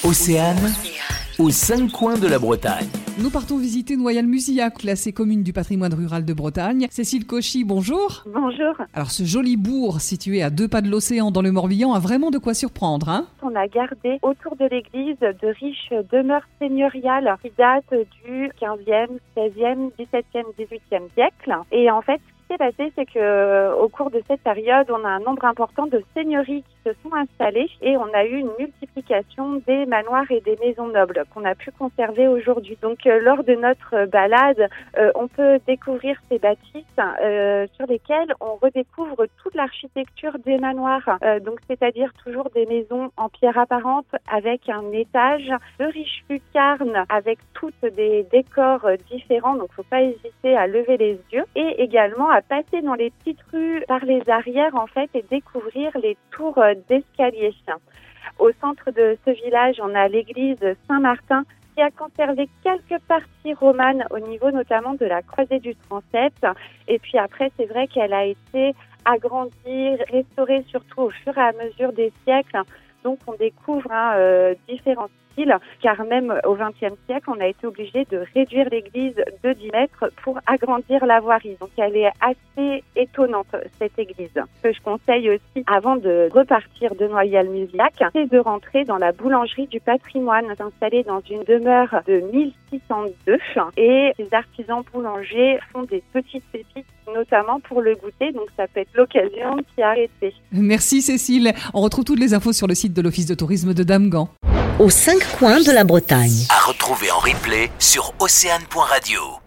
Océane, aux 5 coins de la Bretagne. Nous partons visiter Noyal-Muzillac, classée commune du patrimoine rural de Bretagne. Cécile Cauchy, bonjour. Bonjour. Alors ce joli bourg situé à 2 pas de l'océan dans le Morbihan a vraiment de quoi surprendre, hein ? On a gardé autour de l'église de riches demeures seigneuriales qui datent du 15e, 16e, 17e, 18e siècle. Et en fait, ce qui s'est passé, c'est que au cours de cette période, on a un nombre important de seigneuries qui se sont installées et on a eu une multiplication des manoirs et des maisons nobles qu'on a pu conserver aujourd'hui. Donc, lors de notre balade, on peut découvrir ces bâtisses sur lesquelles on redécouvre toute l'architecture des manoirs. Donc, c'est-à-dire toujours des maisons en pierre apparente avec un étage, de riches lucarnes avec toutes des décors différents. Donc, faut pas hésiter à lever les yeux et également à passer dans les petites rues par les arrières en fait et découvrir les tours d'escalier. Au centre de ce village, on a l'église Saint-Martin qui a conservé quelques parties romanes au niveau notamment de la croisée du transept. Et puis après, c'est vrai qu'elle a été agrandie, restaurée surtout au fur et à mesure des siècles. Donc on découvre différents styles, car même au XXe siècle, on a été obligé de réduire l'église de 10 mètres pour agrandir la voirie. Donc elle est assez étonnante, cette église. Ce que je conseille aussi, avant de repartir de Noyal-Muzillac, c'est de rentrer dans la boulangerie du patrimoine, installée dans une demeure de 1602. Et les artisans boulangers font des petites pépites, notamment pour le goûter. Donc ça peut être l'occasion d'y arrêter. Merci Cécile. On retrouve toutes les infos sur le site de l'Office de tourisme de Damgand. Aux 5 coins de la Bretagne. À retrouver en replay sur océane.radio.